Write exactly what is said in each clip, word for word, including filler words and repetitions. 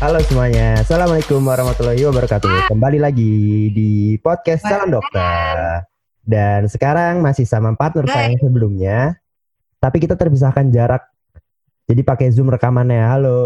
Halo semuanya, Assalamualaikum warahmatullahi wabarakatuh. Kembali lagi di podcast Salam Dokter. Dan sekarang masih sama partner saya yang sebelumnya, tapi kita terpisahkan jarak. Jadi pakai Zoom rekamannya. Halo.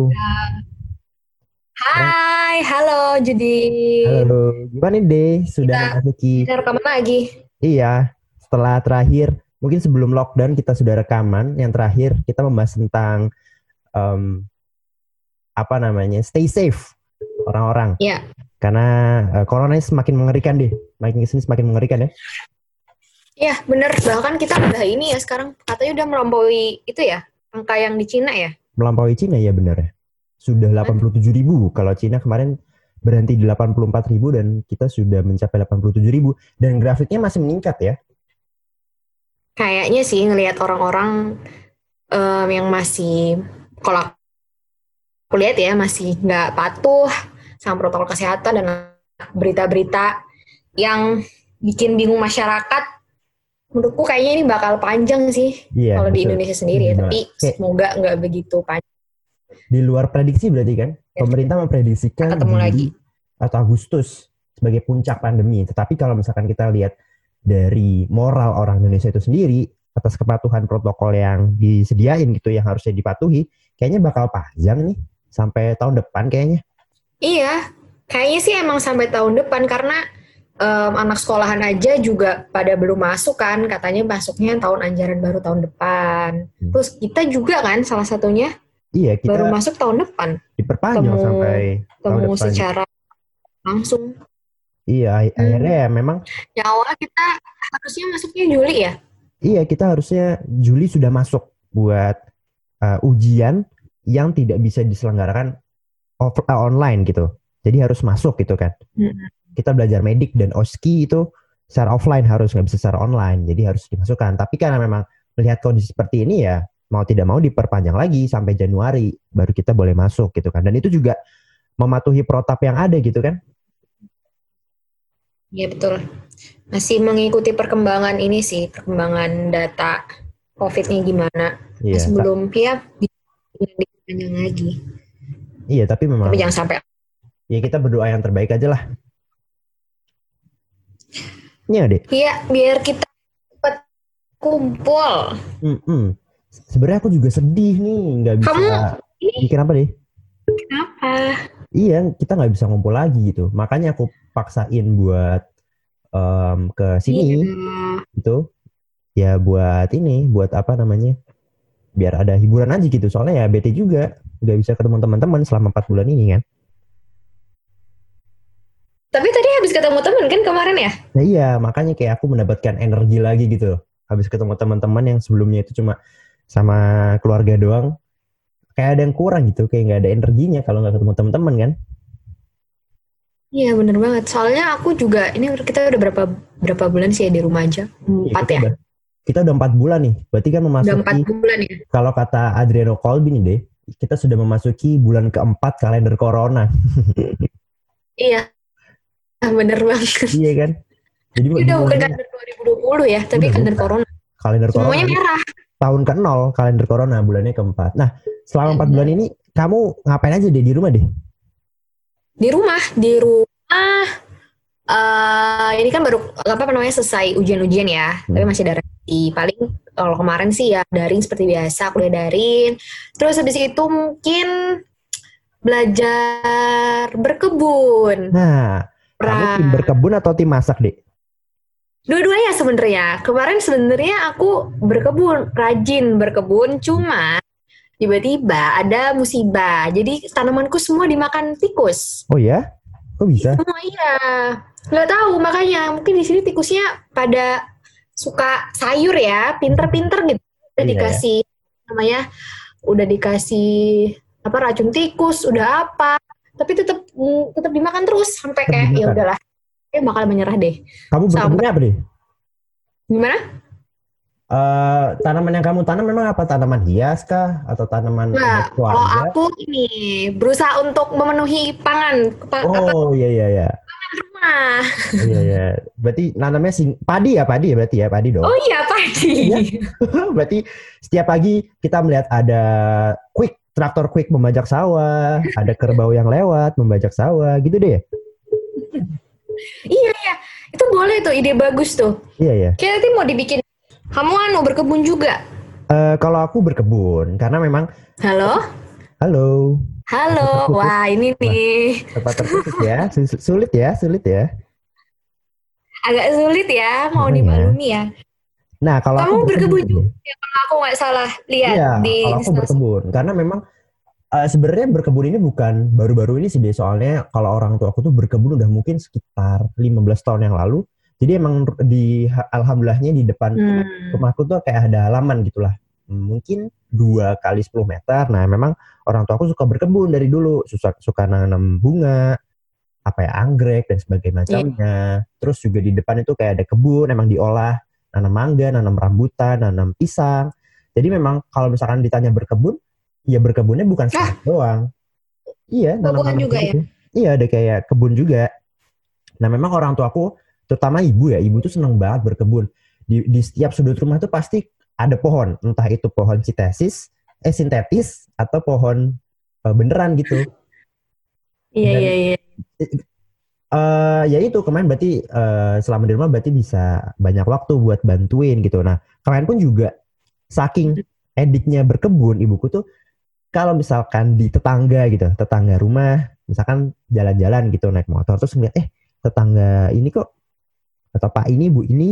Hai, halo Judin. Halo, gimana deh? Sudah memasuki Kita rekaman lagi. Iya, setelah terakhir, mungkin sebelum lockdown kita sudah rekaman. Yang terakhir kita membahas tentang um, apa namanya, stay safe orang-orang. Iya. Karena uh, corona semakin mengerikan deh, makin kesini semakin mengerikan ya. Iya, bener. Bahkan kita udah ini ya sekarang, katanya udah melampaui itu ya, angka yang di Cina ya. Melampaui Cina ya benar ya. Sudah delapan puluh tujuh ribu. Kalau Cina kemarin berhenti di delapan puluh empat ribu dan kita sudah mencapai delapan puluh tujuh ribu. Dan grafiknya masih meningkat ya. Kayaknya sih ngelihat orang-orang um, yang masih, kalau aku lihat ya, masih nggak patuh sama protokol kesehatan dan berita-berita yang bikin bingung masyarakat. Menurutku kayaknya ini bakal panjang sih iya, kalau betul. di Indonesia sendiri ya. Betul. Tapi Oke. semoga nggak begitu panjang. Di luar prediksi berarti kan? Pemerintah memprediksikan Ketemu Juli lagi. atau Agustus sebagai puncak pandemi. Tetapi kalau misalkan kita lihat dari moral orang Indonesia itu sendiri, atas kepatuhan protokol yang disediain gitu, yang harusnya dipatuhi, kayaknya bakal panjang nih sampai tahun depan kayaknya. Iya, kayaknya sih emang sampai tahun depan karena um, anak sekolahan aja juga pada belum masuk kan, katanya masuknya tahun ajaran baru tahun depan. Hmm. Terus kita juga kan salah satunya Iya, kita baru masuk tahun depan, diperpanjang Temu- sampai tahun temu depan. secara langsung. Iya, ak- Hmm. akhirnya ya memang Yang awal kita harusnya masuknya Juli ya. iya kita harusnya Juli sudah masuk buat uh, ujian yang tidak bisa diselenggarakan off, uh, online gitu. Jadi harus masuk gitu kan. Hmm. Kita belajar medik dan oski itu secara offline, harus, nggak bisa secara online. Jadi harus dimasukkan. Tapi karena memang melihat kondisi seperti ini ya, mau tidak mau diperpanjang lagi sampai Januari baru kita boleh masuk gitu kan. Dan itu juga mematuhi protap yang ada gitu kan. Iya betul. Masih mengikuti perkembangan ini sih, perkembangan data COVID-nya gimana. Iya, Masih belum ya dipanjang lagi. Iya, tapi memang Tapi jangan sampai. ya kita berdoa yang terbaik aja lah. Iya deh. Iya, biar kita cepat kumpul. Mm-mm. Sebenarnya aku juga sedih nih, nggak bisa. Kamu Bikin apa deh? kenapa? Iya, kita nggak bisa ngumpul lagi gitu. Makanya aku paksain buat um, ke sini Iya. gitu. Ya buat ini, buat apa namanya? Biar ada hiburan aja gitu. Soalnya ya bete juga, nggak bisa ketemu teman-teman selama empat bulan ini kan. Tapi tadi habis ketemu temen kan kemarin ya? Nah iya, makanya kayak aku mendapatkan energi lagi gitu. Habis ketemu teman-teman yang sebelumnya itu cuma sama keluarga doang. Kayak ada yang kurang gitu, kayak nggak ada energinya kalau nggak ketemu teman-teman kan. Iya bener banget. Soalnya aku juga, ini kita udah berapa berapa bulan sih ya di rumah aja? Iya, Empat kita ya? Udah, kita udah empat bulan nih. Berarti kan Udah memasuki, empat bulan ya? kalau kata Adriano Colby nih deh, kita sudah memasuki bulan keempat kalender corona. Iya, bener banget. Iya kan? Jadi Ini udah bukan kalender dua ribu dua puluh ya, tapi Udah kalender bukan. corona. kalender Semuanya corona. merah. Tahun ke nol kalender corona, bulannya keempat. Nah, selama empat Bener. bulan ini kamu ngapain aja deh di rumah deh? Di rumah, di rumah. eh ini kan baru apa namanya selesai ujian-ujian ya, Hmm. tapi masih ada revisi. Paling kalau kemarin sih ya daring seperti biasa, kuliah daring. Terus habis itu mungkin belajar berkebun. Nah, kamu tim berkebun atau tim masak deh? Dua-duanya sebenarnya. Kemarin sebenarnya aku berkebun, rajin berkebun, cuma tiba-tiba ada musibah. Jadi tanamanku semua dimakan tikus. Oh ya? Kok bisa? Semua iya. Nggak tahu makanya. Mungkin di sini tikusnya pada suka sayur ya, pinter-pinter gitu. Udah Iya, dikasih namanya, udah dikasih apa racun tikus, udah apa. Tapi tetap tetap dimakan terus sampai Tetap kayak ya dimakan. udahlah. Kayak bakal menyerah deh. Kamu berkebunnya apa deh? Gimana? Eh, tanaman yang kamu tanam memang apa? Tanaman hias kah? Atau tanaman Nah, obat kalau keluarga? aku ini berusaha untuk memenuhi pangan pa- apa Oh iya iya iya. rumah. Oh, iya iya. Berarti nanamnya sing padi ya, padi ya berarti ya, padi dong. Oh iya padi. Iya. Berarti setiap pagi kita melihat ada quick traktor quick membajak sawah, ada kerbau yang lewat membajak sawah, gitu deh. Iya iya, itu boleh tuh, ide bagus tuh. Iya ya. Kayak nanti mau dibikin. Kamu anu berkebun juga? Uh, kalau aku berkebun, karena memang. Halo. Halo. Halo. Wah ini nih. Tempat terputus ya, sulit ya, sulit ya. Agak sulit ya, mau dimaklumi ya. Nah kalau kamu aku berkebun juga, ya, kalau aku nggak salah lihat iya, di kalau aku berkebun, karena memang uh, sebenarnya berkebun ini bukan baru-baru ini sih deh, soalnya kalau orang tua aku tuh berkebun udah mungkin sekitar lima belas tahun yang lalu. Jadi emang di alhamdulillahnya di depan hmm. rumahku tuh kayak ada halaman gitulah, mungkin dua kali sepuluh meter. Nah memang orang tua aku suka berkebun dari dulu, suka suka nanam bunga, apa ya, anggrek dan sebagainya macamnya. Yeah. Terus juga di depan itu kayak ada kebun, emang diolah, nanam mangga, nanam rambutan, nanam pisang. Jadi memang kalau misalkan ditanya berkebun, ya berkebunnya bukan sekedar ah. doang. Iya, nanam-nanam juga gitu. Ya? Iya, ada kayak kebun juga. Nah memang orang tua aku, terutama ibu ya, ibu tuh seneng banget berkebun. Di, di setiap sudut rumah tuh pasti ada pohon, entah itu pohon sintetis, eh sintetis atau pohon uh, beneran gitu. Iya iya iya. Uh, ya itu kemarin berarti uh, selama di rumah berarti bisa banyak waktu buat bantuin gitu. Nah kemarin pun juga saking ediknya berkebun, ibuku tuh kalau misalkan di tetangga gitu, tetangga rumah, misalkan jalan-jalan gitu naik motor terus ngeliat eh tetangga ini kok atau Pak ini Bu ini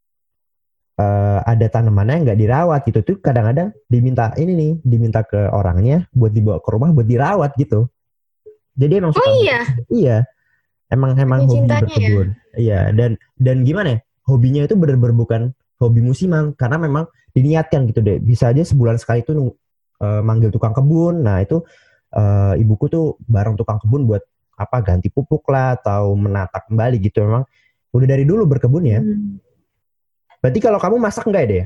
uh, ada tanamannya nggak dirawat gitu tuh, kadang-kadang diminta ini nih diminta ke orangnya buat dibawa ke rumah buat dirawat gitu. Jadi emang suka, oh iya iya emang emang hobi berkebun ya? Iya dan dan gimana ya, hobinya itu bener-bener bukan hobi musiman, karena memang diniatkan gitu deh, bisa aja sebulan sekali tuh uh, manggil tukang kebun. Nah itu uh, ibuku tuh bareng tukang kebun buat apa, ganti pupuk lah atau menata kembali gitu. Memang udah dari dulu berkebun ya. Hmm. Berarti kalau kamu masak enggak ya deh?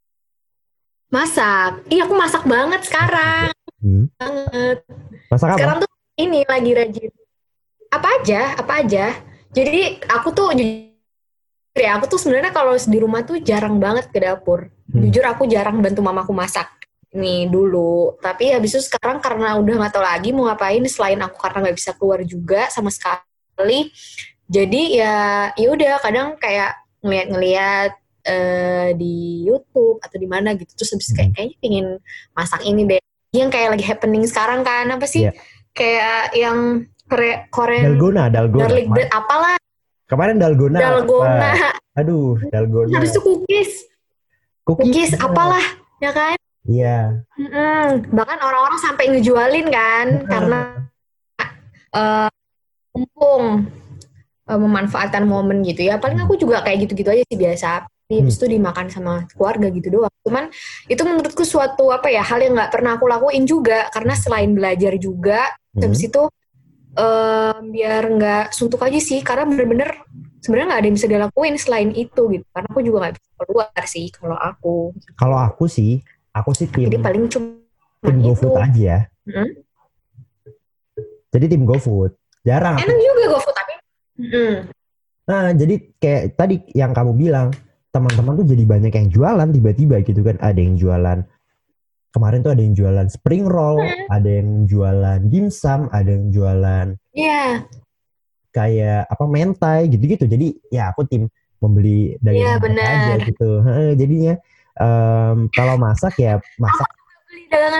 Masak, iya aku masak banget sekarang. Hmm. Banget. Masak apa? Sekarang tuh ini lagi rajin. Apa aja, apa aja. Jadi aku tuh jujur ya, aku tuh sebenarnya kalau di rumah tuh jarang banget ke dapur. Hmm. Jujur aku jarang bantu mamaku masak nih dulu. Tapi habis itu sekarang karena udah nggak tahu lagi mau ngapain selain aku karena nggak bisa keluar juga sama sekali. Jadi ya ya udah kadang kayak ngeliat-ngeliat uh, di YouTube atau di mana gitu, terus habis kayak kayaknya pengen masak ini deh. Yang kayak lagi happening sekarang kan apa sih? Yeah. Kayak yang Korea, Korean dalgona, dalgona. Garlic bread apalah. Kemarin dalgona. Dalgona. Apa? Aduh, dalgona. Habis itu cookies. Cookies, cookies ya. Apalah, ya kan? Iya. Yeah. Bahkan orang-orang sampai ngejualin kan mm-hmm. karena uh, mumpung uh, memanfaatkan momen gitu ya. Paling aku juga kayak gitu-gitu aja sih biasa. Habis hmm. itu dimakan sama keluarga gitu doang. Cuman itu menurutku suatu apa ya, hal yang nggak pernah aku lakuin juga, karena selain belajar juga, hmm. habis itu uh, biar nggak suntuk aja sih, karena bener-bener sebenarnya nggak ada yang bisa dilakuin selain itu gitu. Karena aku juga nggak bisa keluar sih kalau aku. Kalau aku sih, aku sih tim. Jadi paling cuma tim GoFood aja ya. Hmm? Jadi tim GoFood. Jarang. Enak aku... juga GoFood tapi. Hmm. Nah jadi kayak tadi yang kamu bilang, teman-teman tuh jadi banyak yang jualan tiba-tiba gitu kan. Ada yang jualan, kemarin tuh ada yang jualan spring roll, hmm. ada yang jualan dimsum, ada yang jualan yeah. kayak apa mentai gitu-gitu. Jadi ya aku tim membeli dari yeah, aja gitu. Jadinya um, kalau masak ya masak. Beli dagangan.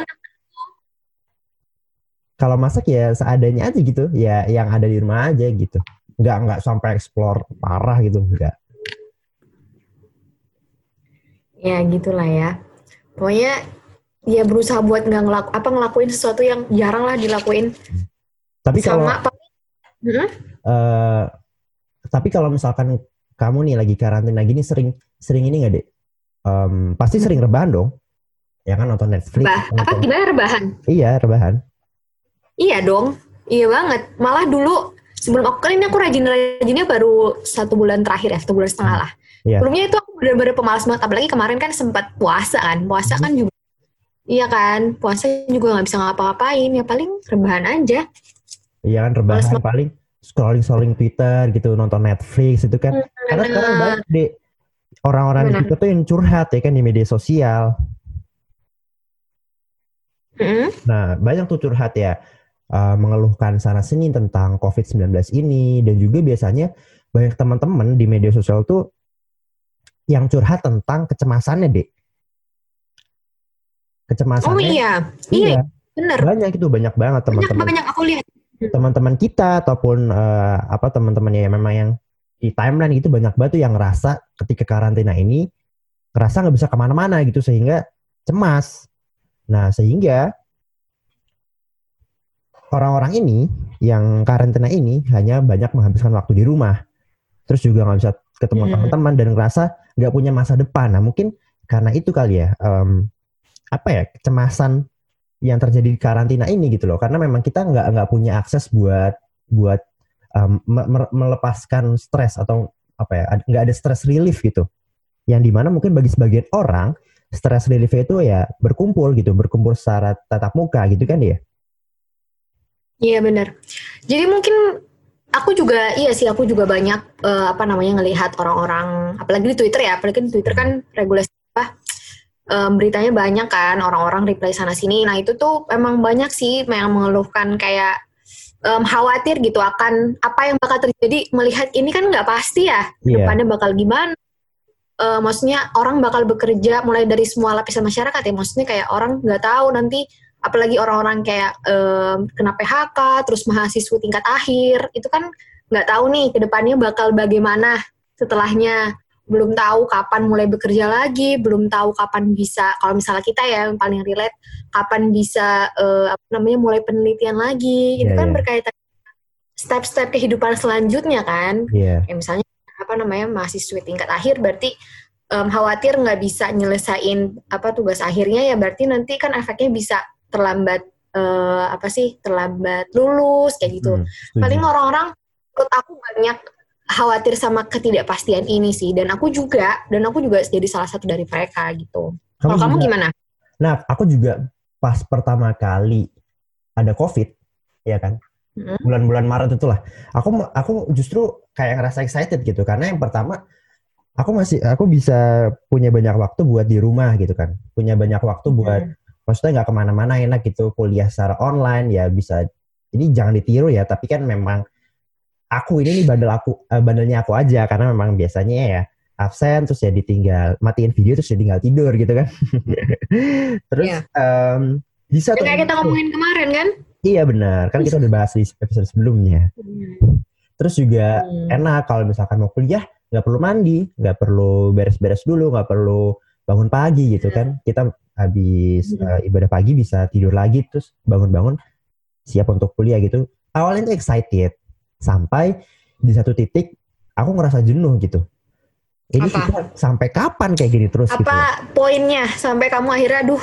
Kalau masak ya seadanya aja gitu. Ya yang ada di rumah aja gitu. Nggak nggak sampai explore parah gitu, enggak. Ya gitulah ya. Pokoknya ya berusaha buat nggak ngelaku apa ngelakuin sesuatu yang jarang lah dilakuin. Tapi kalau apa? Hmm? Uh, tapi kalau misalkan kamu nih lagi karantina gini sering sering ini nggak deh? Um, pasti sering rebahan dong. Ya kan, nonton Netflix. Bah, nonton... apa gimana rebahan? Iya rebahan. Iya dong. Iya banget. Malah dulu sebelum aku kan ini aku rajin-rajinnya baru satu bulan terakhir ya, satu bulan setengah lah. Yeah. Sebelumnya itu aku benar-benar pemalas banget, apalagi kemarin kan sempat puasa kan, puasa kan juga, iya kan, puasa juga nggak bisa ngapa-ngapain, ya paling rebahan aja. Iya kan, rebahan Males paling scrolling-scrolling Twitter gitu, nonton Netflix itu kan, hmm, karena bener. Sekarang banyak deh orang-orang itu tuh yang curhat ya kan di media sosial. Mm-hmm. Nah, banyak tuh curhat ya, uh, mengeluhkan sana sini tentang covid sembilan belas ini, dan juga biasanya banyak teman-teman di media sosial tuh yang curhat tentang kecemasannya, Dek. Oh Kecemasannya, iya, iya iya, bener. banyak itu, banyak banget Banyak teman-teman banyak aku lihat. teman-teman kita ataupun uh, apa teman-temannya yang memang yang di timeline gitu banyak banget tuh yang ngerasa ketika karantina ini ngerasa nggak bisa kemana-mana gitu sehingga cemas. Nah, sehingga orang-orang ini yang karantina ini hanya banyak menghabiskan waktu di rumah, terus juga nggak bisa ketemu Hmm. teman-teman dan ngerasa nggak punya masa depan. Nah, mungkin karena itu kali ya, um, apa ya, kecemasan yang terjadi di karantina ini gitu loh, karena memang kita nggak nggak punya akses buat buat um, me- melepaskan stres atau apa ya, nggak ada stress relief gitu, yang dimana mungkin bagi sebagian orang stress relief itu ya berkumpul gitu, berkumpul secara tatap muka gitu kan ya. Iya benar. Jadi mungkin aku juga iya sih aku juga banyak eh, apa namanya ngelihat orang-orang apalagi di Twitter ya, apalagi di Twitter kan regulasi apa em, beritanya banyak kan orang-orang reply sana sini. Nah itu tuh emang banyak sih yang mengeluhkan kayak em, khawatir gitu akan apa yang bakal terjadi. Melihat ini kan nggak pasti ya Iya, depannya bakal gimana. Eh, maksudnya orang bakal bekerja mulai dari semua lapisan masyarakat ya. Maksudnya kayak orang nggak tahu nanti apalagi orang-orang kayak em, kena P H K terus mahasiswa tingkat akhir itu kan nggak tahu nih ke depannya bakal bagaimana setelahnya, belum tahu kapan mulai bekerja lagi, belum tahu kapan bisa kalau misalnya kita ya yang paling relate kapan bisa eh, apa namanya mulai penelitian lagi. iya, Itu kan iya, berkaitan step-step kehidupan selanjutnya kan, iya, kayak misalnya apa namanya mahasiswa tingkat akhir berarti em, khawatir nggak bisa nyelesain apa tugas akhirnya ya berarti nanti kan efeknya bisa terlambat eh, apa sih terlambat lulus kayak gitu. hmm, setuju. Paling orang-orang menurut aku banyak khawatir sama ketidakpastian ini sih dan aku juga dan aku juga jadi salah satu dari mereka gitu. Kamu Kalau kamu juga, gimana? nah aku juga pas pertama kali ada COVID, ya kan, Hmm. bulan-bulan Maret itulah, aku aku justru kayak ngerasa excited gitu, karena yang pertama aku masih aku bisa punya banyak waktu buat di rumah gitu kan, punya banyak waktu buat Hmm. maksudnya nggak kemana-mana, enak gitu, kuliah secara online ya bisa. Ini jangan ditiru ya, tapi kan memang aku ini nih bandel aku eh, bandelnya aku aja, karena memang biasanya ya absen terus ya ditinggal matiin video terus ya tinggal tidur gitu kan. Terus Iya. em, bisa Yang tuh kayak enak kita tuh. ngomongin kemarin kan? Iya benar, kan kita udah bahas di episode sebelumnya. Hmm. Terus juga Hmm. enak kalau misalkan mau kuliah nggak perlu mandi, nggak perlu beres-beres dulu, nggak perlu bangun pagi gitu kan. Kita habis Hmm. uh, ibadah pagi bisa tidur lagi terus bangun-bangun siap untuk kuliah gitu. Awalnya tuh excited sampai di satu titik aku ngerasa jenuh gitu. Ini Apa? kita sampai kapan kayak gini terus gitu loh. Apa poinnya sampai kamu akhirnya aduh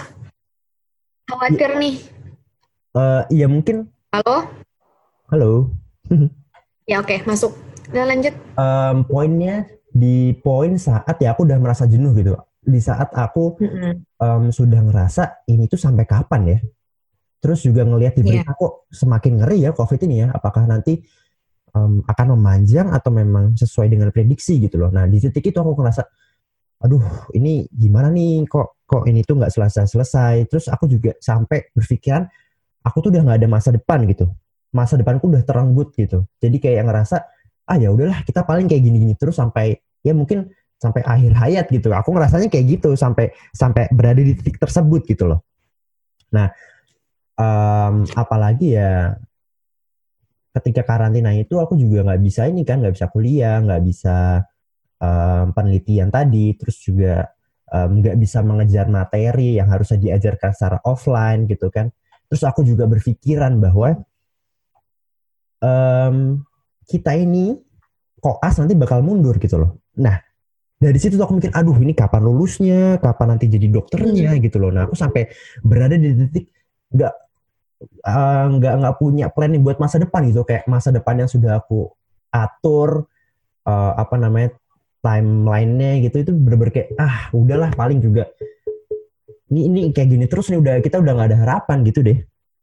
I- khawatir nih. eh, Iya mungkin, Halo? halo. Ya oke, masuk. Udah lanjut. Em, poinnya di poin saat ya aku udah merasa jenuh gitu. Di saat aku Mm-mm. em, sudah ngerasa ini tuh sampai kapan ya. Terus juga ngelihat di Iya. berita kok semakin ngeri ya COVID ini ya. Apakah nanti em, akan memanjang atau memang sesuai dengan prediksi gitu loh. Nah di titik itu aku ngerasa, aduh ini gimana nih, kok kok ini tuh nggak selesai-selesai. Terus aku juga sampai berpikiran, aku tuh udah nggak ada masa depan gitu. Masa depanku udah terenggut gitu. Jadi kayak ngerasa, ah ya udahlah kita paling kayak gini-gini terus sampai ya mungkin sampai akhir hayat gitu. Aku ngerasanya kayak gitu sampai sampai berada di titik tersebut gitu loh. Nah, em, apalagi ya ketika karantina itu aku juga nggak bisa ini kan, nggak bisa kuliah, nggak bisa em, penelitian tadi, terus juga em, nggak bisa mengejar materi yang harusnya diajarkan secara offline gitu kan. Terus aku juga berpikiran bahwa em, kita ini koas nanti bakal mundur gitu loh. Nah, dari situ tuh aku mikir, aduh ini kapan lulusnya, kapan nanti jadi dokternya Hmm. gitu loh. Nah, aku sampai berada di titik nggak eh, nggak nggak punya plan buat masa depan gitu, kayak masa depan yang sudah aku atur, eh, apa namanya, timelinenya gitu, itu bener-bener kayak ah udahlah paling juga ini ini kayak gini terus nih, udah kita udah nggak ada harapan gitu deh.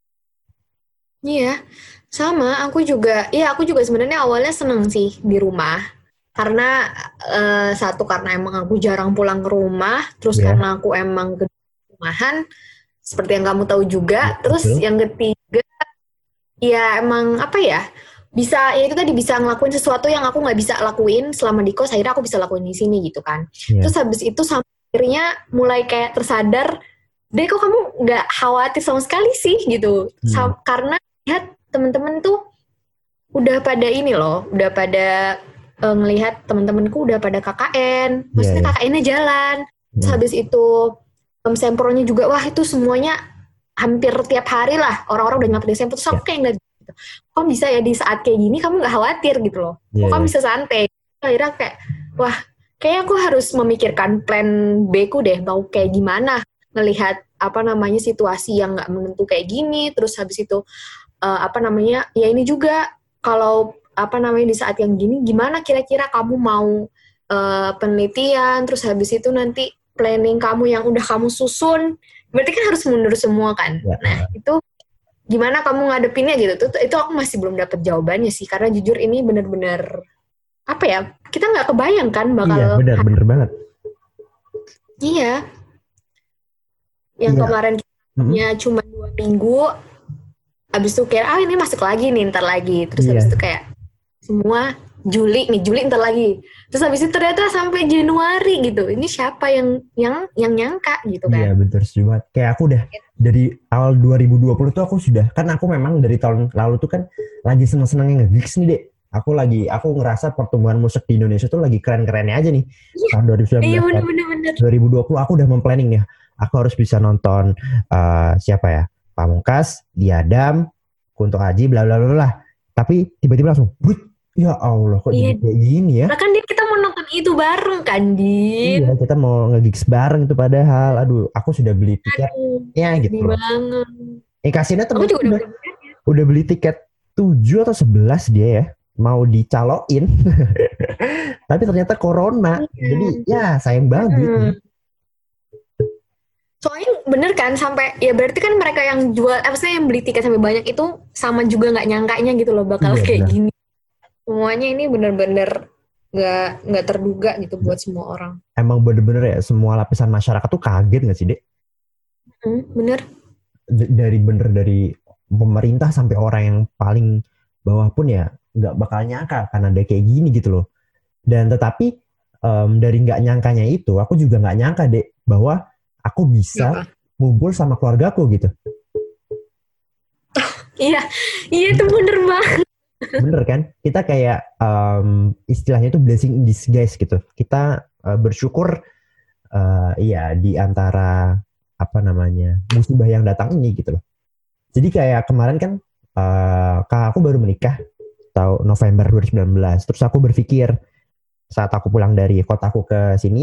Iya, sama. Aku juga, iya aku juga sebenarnya awalnya seneng sih di rumah. Karena eh, satu karena emang aku jarang pulang ke rumah, terus Ya, karena aku emang gedung rumahan, seperti yang kamu tahu juga. Ya, Terus betul. yang ketiga, ya emang apa ya, bisa ya itu tadi bisa ngelakuin sesuatu yang aku nggak bisa lakuin selama di kos, akhirnya aku bisa lakuin di sini gitu kan. Ya. Terus habis itu sampai akhirnya mulai kayak tersadar, deh kok kamu nggak khawatir sama sekali sih gitu. Hmm. Sam- karena lihat temen-temen tuh udah pada ini loh, udah pada uh, ngelihat temen-temenku udah pada K K N, maksudnya Yeah, yeah. K K N-nya jalan. Terus Hmm. habis itu um, sempronya juga, wah itu semuanya hampir tiap hari lah orang-orang udah nyampe sempro. Terus aku Yeah. kayak ngeliat gitu, kok bisa ya di saat kayak gini kamu nggak khawatir gitu loh, kok Yeah, kamu yeah. bisa santai. Akhirnya kayak, wah kayaknya aku harus memikirkan plan B ku deh, mau kayak gimana ngelihat apa namanya situasi yang nggak menentu kayak gini. Terus habis itu uh, apa namanya ya ini juga, kalau apa namanya di saat yang gini gimana kira-kira kamu mau uh, penelitian, terus habis itu nanti planning kamu yang udah kamu susun berarti kan harus mundur semua kan. Ya. Nah itu gimana kamu ngadepinnya gitu tuh, itu aku masih belum dapat jawabannya sih, karena jujur ini bener-bener apa ya, kita nggak kebayang kan bakal. Iya benar benar banget. Iya yang Iya. kemarin Mm-mm. ya cuma dua minggu, abis itu kayak ah ini masuk lagi nih ntar lagi, terus Iya. habis itu kayak semua Juli nih, Juli ntar lagi, terus habis itu ternyata sampai Januari gitu. Ini siapa yang yang yang nyangka gitu kan. Iya betul, setuju banget. Kayak aku udah dari awal dua ribu dua puluh tuh aku sudah, kan aku memang dari tahun lalu tuh kan lagi seneng-senengnya nge-gigs nih dek. Aku lagi, aku ngerasa pertumbuhan musik di Indonesia tuh lagi keren-kerennya aja nih. Iya. Tahun dua ribu sembilan belas, Iya kan. bener-bener. dua ribu dua puluh aku udah memplanning nih. Aku harus bisa nonton uh, siapa ya, Pamungkas, Diadam, Kunto Aji, bla bla bla bla. Tapi tiba-tiba langsung, Wih, ya Allah kok Iya. jadi kayak gini ya. Nah kan Dit, kita mau nonton itu bareng kan Din. Iya, kita mau nge-gigs bareng itu padahal. Aduh, aku sudah beli tiketnya Aduh, gitu sedih loh. banget. Eh kasihnya Aku temen juga udah udah, udah beli tiket tujuh atau sebelas dia ya. Mau dicaloin. Tapi ternyata corona. Iya. Jadi ya sayang banget Hmm. duitnya. Soalnya bener kan, sampai ya berarti kan mereka yang jual, apa sih yang beli tiket sampai banyak itu sama juga nggak nyangkanya gitu loh bakal Iya, kayak benar. gini. Semuanya ini bener-bener nggak nggak terduga gitu buat semua orang. Emang bener-bener ya semua lapisan masyarakat tuh kaget gak sih dek? Hmm, bener. D- dari bener dari pemerintah sampai orang yang paling bawah pun ya nggak bakal nyangka karena ada kayak gini gitu loh. Dan tetapi um, dari nggak nyangkanya itu aku juga nggak nyangka dek bahwa aku bisa Apa? ngumpul sama keluargaku gitu. Iya, iya itu bener banget. Bener kan? Kita kayak um, istilahnya itu blessing in disguise gitu. Kita uh, bersyukur uh, iya di antara apa namanya musibah yang datang ini gitu loh. Jadi kayak kemarin kan uh, kakak aku baru menikah tahun November dua ribu sembilan belas. Terus aku berpikir saat aku pulang dari kotaku ke sini,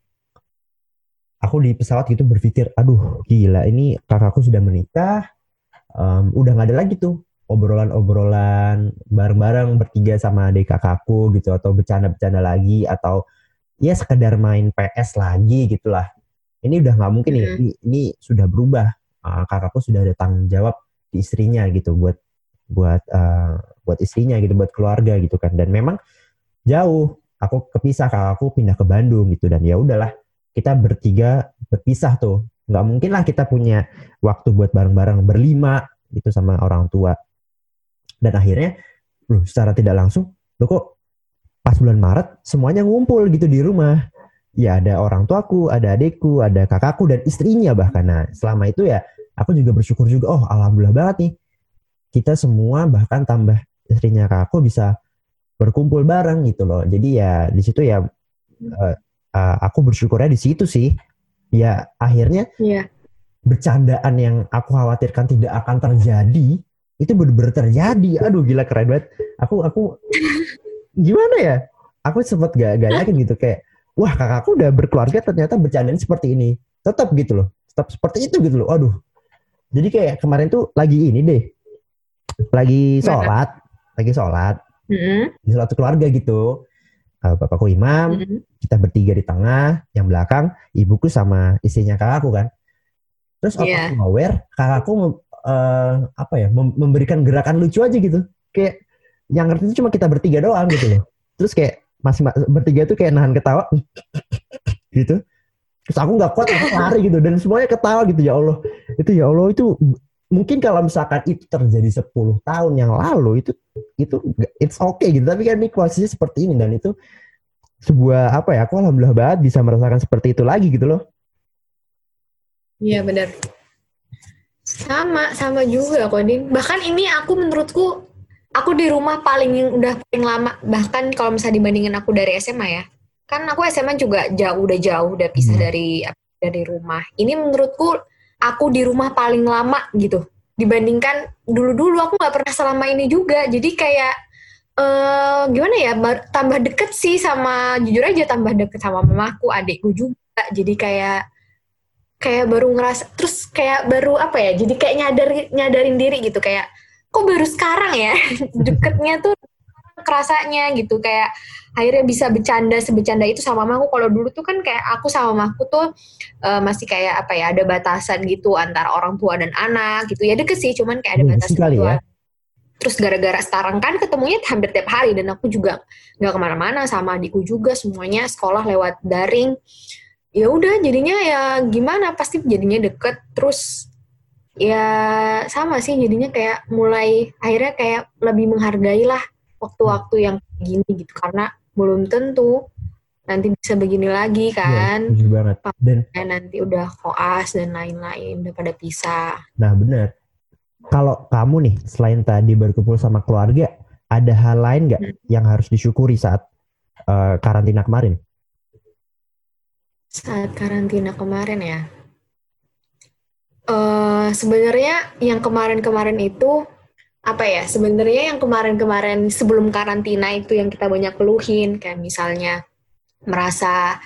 aku di pesawat gitu berpikir, aduh gila ini kakakku sudah menikah, um, udah nggak ada lagi tuh obrolan-obrolan bareng-bareng bertiga sama adik kakakku gitu, atau bercanda-bercanda lagi, atau ya sekedar main P S lagi gitulah. Ini udah nggak mungkin nih, Hmm. ini, ini sudah berubah. Uh, kakakku sudah ada tanggung jawab di istrinya gitu, buat buat uh, buat istrinya gitu, buat keluarga gitu kan. Dan memang jauh, aku kepisah, kakakku pindah ke Bandung gitu, dan ya udahlah kita bertiga berpisah tuh. Nggak mungkin lah kita punya waktu buat bareng-bareng berlima gitu sama orang tua. Dan akhirnya, loh, secara tidak langsung, loh kok pas bulan Maret semuanya ngumpul gitu di rumah. Ya ada orang tuaku, ada adikku, ada kakakku dan istrinya bahkan. Nah selama itu ya aku juga bersyukur juga, oh alhamdulillah banget nih. Kita semua bahkan tambah istrinya kakakku bisa berkumpul bareng gitu loh. Jadi ya di situ ya uh, uh, aku bersyukurnya di situ sih. Ya akhirnya Iya. bercandaan yang aku khawatirkan tidak akan terjadi itu benar-benar terjadi. Aduh gila keren banget. Aku aku gimana ya? Aku sempat gak, gak yakin gitu kayak, wah kakakku udah berkeluarga ternyata bercandaan seperti ini. Tetap gitu loh. Tetap seperti itu gitu loh. Aduh. Jadi kayak kemarin tuh lagi ini deh. Lagi sholat. Lagi sholat. Mm-hmm. Di sholat keluarga gitu. Uh, bapakku imam. Mm-hmm. Kita bertiga di tengah. Yang belakang ibuku sama istrinya kakakku kan. Terus out yeah. of nowhere kakakku uh, apa ya mem- memberikan gerakan lucu aja gitu. Kayak yang ngerti itu cuma kita bertiga doang gitu loh. Terus kayak masih bertiga tuh kayak nahan ketawa gitu. Terus aku nggak kuat langsung lari gitu dan semuanya ketawa gitu, ya Allah. Itu ya Allah itu mungkin kalau misalkan itu terjadi sepuluh tahun yang lalu itu itu it's okay gitu, tapi kan ini posisinya seperti ini dan itu sebuah apa ya, aku alhamdulillah banget bisa merasakan seperti itu lagi gitu loh. Iya benar. Sama, sama juga kok Din. Bahkan ini aku menurutku, aku di rumah paling udah paling lama. Bahkan kalau misalnya dibandingin aku dari S M A ya. Kan aku S M A juga jauh, udah jauh, udah pisah Hmm. dari dari rumah. Ini menurutku aku di rumah paling lama gitu. Dibandingkan dulu-dulu aku nggak pernah selama ini juga. Jadi kayak eh gimana ya, bar- tambah deket sih sama, jujur aja tambah deket sama mamaku, adikku juga. Jadi kayak kayak baru ngerasa, terus kayak baru apa ya, jadi kayak nyadar nyadarin diri gitu, kayak kok baru sekarang ya deketnya tuh kerasanya gitu, kayak akhirnya bisa bercanda sebecanda itu sama mamaku. Kalau dulu tuh kan kayak aku sama mamaku tuh eh, masih kayak apa ya, ada batasan gitu antara orang tua dan anak gitu ya, deket sih cuman kayak ada Gengsi batasan kali gitu. ya. Terus gara-gara sekarang kan ketemunya hampir tiap hari dan aku juga nggak kemana-mana, sama adikku juga semuanya sekolah lewat daring. Ya udah jadinya ya gimana, pasti jadinya deket. Terus ya sama sih jadinya kayak mulai akhirnya kayak lebih menghargai lah waktu-waktu yang gini gitu, karena belum tentu nanti bisa begini lagi Iya, kan. setuju banget. Dan Kayak nanti udah koas dan lain-lain udah pada pisah. nah benar. Kalau kamu nih selain tadi berkumpul sama keluarga, ada hal lain nggak Hmm. yang harus disyukuri saat uh, karantina kemarin? Saat karantina kemarin ya, eh sebenarnya yang kemarin-kemarin itu apa ya, sebenarnya yang kemarin-kemarin sebelum karantina itu yang kita banyak keluhin, kayak misalnya merasa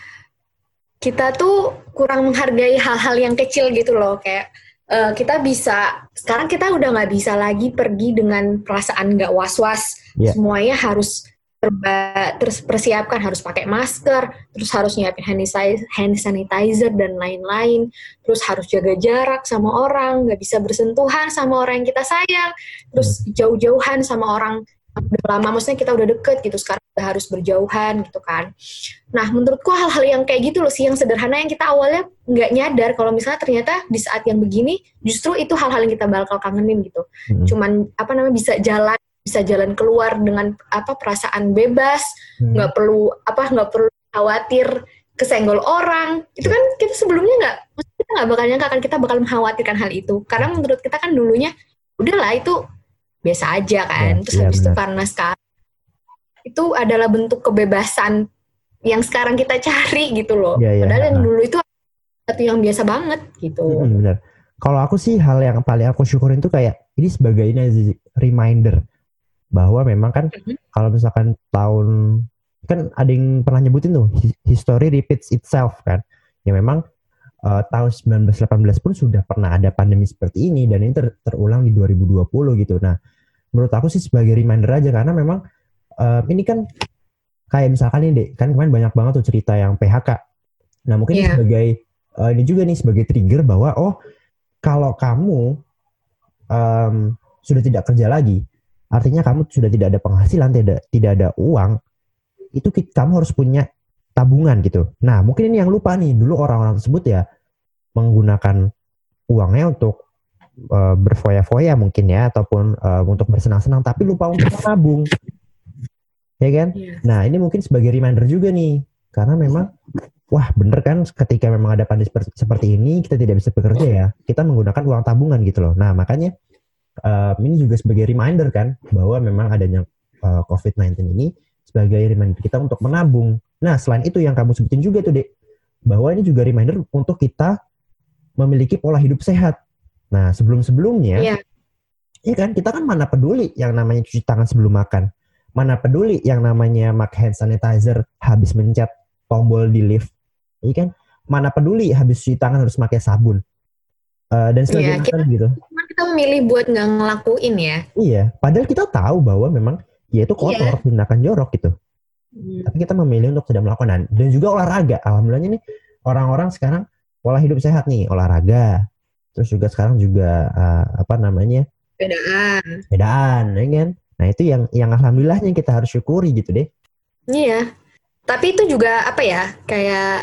kita tuh kurang menghargai hal-hal yang kecil gitu loh, kayak uh, kita bisa, sekarang kita udah nggak bisa lagi pergi dengan perasaan nggak was-was, yeah. Semuanya harus terba, terus persiapkan, harus pakai masker, terus harus nyiapin hand sanitizer dan lain-lain, terus harus jaga jarak sama orang, nggak bisa bersentuhan sama orang yang kita sayang, terus jauh-jauhan sama orang udah lama, maksudnya kita udah deket gitu, sekarang udah harus berjauhan gitu kan. Nah menurutku hal-hal yang kayak gitu loh sih, yang sederhana yang kita awalnya nggak nyadar kalau misalnya ternyata di saat yang begini justru itu hal-hal yang kita bakal kangenin gitu. Hmm. Cuman apa namanya, bisa jalan bisa jalan keluar dengan apa perasaan bebas, nggak hmm. perlu apa nggak perlu khawatir kesenggol orang. Itu kan kita sebelumnya nggak, kita nggak bakal nyangka kan kita bakal mengkhawatirkan hal itu, karena menurut kita kan dulunya udahlah itu biasa aja kan. Ya, terus ya, habis benar. Itu karena sekarang itu adalah bentuk kebebasan yang sekarang kita cari gitu loh. Ya, ya, padahal ya. Yang dulu itu satu yang biasa banget gitu. Hmm, benar. Kalau aku sih hal yang paling aku syukurin tuh kayak ini sebagai ini reminder bahwa memang kan mm-hmm. kalau misalkan tahun kan ada yang pernah nyebutin tuh history repeats itself kan. Ya memang uh, tahun sembilan belas delapan belas pun sudah pernah ada pandemi seperti ini dan ini ter- terulang di dua ribu dua puluh gitu. Nah, menurut aku sih sebagai reminder aja, karena memang uh, ini kan kayak misalkan ini deh, kan kemarin banyak banget tuh cerita yang P H K. Nah, mungkin yeah. ini sebagai uh, ini juga nih sebagai trigger bahwa oh, kalau kamu um, sudah tidak kerja lagi, artinya kamu sudah tidak ada penghasilan, tidak tidak ada uang, itu kamu harus punya tabungan gitu. Nah, mungkin ini yang lupa nih, dulu orang-orang tersebut ya menggunakan uangnya untuk uh, berfoya-foya mungkin ya, ataupun uh, untuk bersenang-senang, tapi lupa untuk menabung. Ya kan? Yeah. Nah, ini mungkin sebagai reminder juga nih, karena memang wah bener kan, ketika memang ada pandemi seperti, seperti ini, kita tidak bisa bekerja ya, kita menggunakan uang tabungan gitu loh. Nah, makanya uh, ini juga sebagai reminder kan, bahwa memang adanya uh, covid sembilan belas ini sebagai reminder kita untuk menabung. Nah, selain itu yang kamu sebutin juga tuh, Dek, bahwa ini juga reminder untuk kita memiliki pola hidup sehat. Nah, sebelum-sebelumnya, yeah. ya kan, kita kan mana peduli yang namanya cuci tangan sebelum makan. Mana peduli yang namanya pakai hand sanitizer habis mencet tombol di lift. Iya kan? Mana peduli habis cuci tangan harus pakai sabun. Uh, dan sebagainya yeah, kita, gitu. Kita memilih buat nggak ngelakuin ya. Iya, padahal kita tahu bahwa memang ya itu kotor, yeah. tindakan jorok gitu. Hmm. Tapi kita memilih untuk tidak melakukan. Dan juga olahraga. Alhamdulillahnya nih orang-orang sekarang pola hidup sehat nih, olahraga. Terus juga sekarang juga uh, apa namanya? Bedaan. Bedaan, ya kan? Nah, itu yang yang alhamdulillahnya kita harus syukuri gitu deh. Iya. Tapi itu juga apa ya? Kayak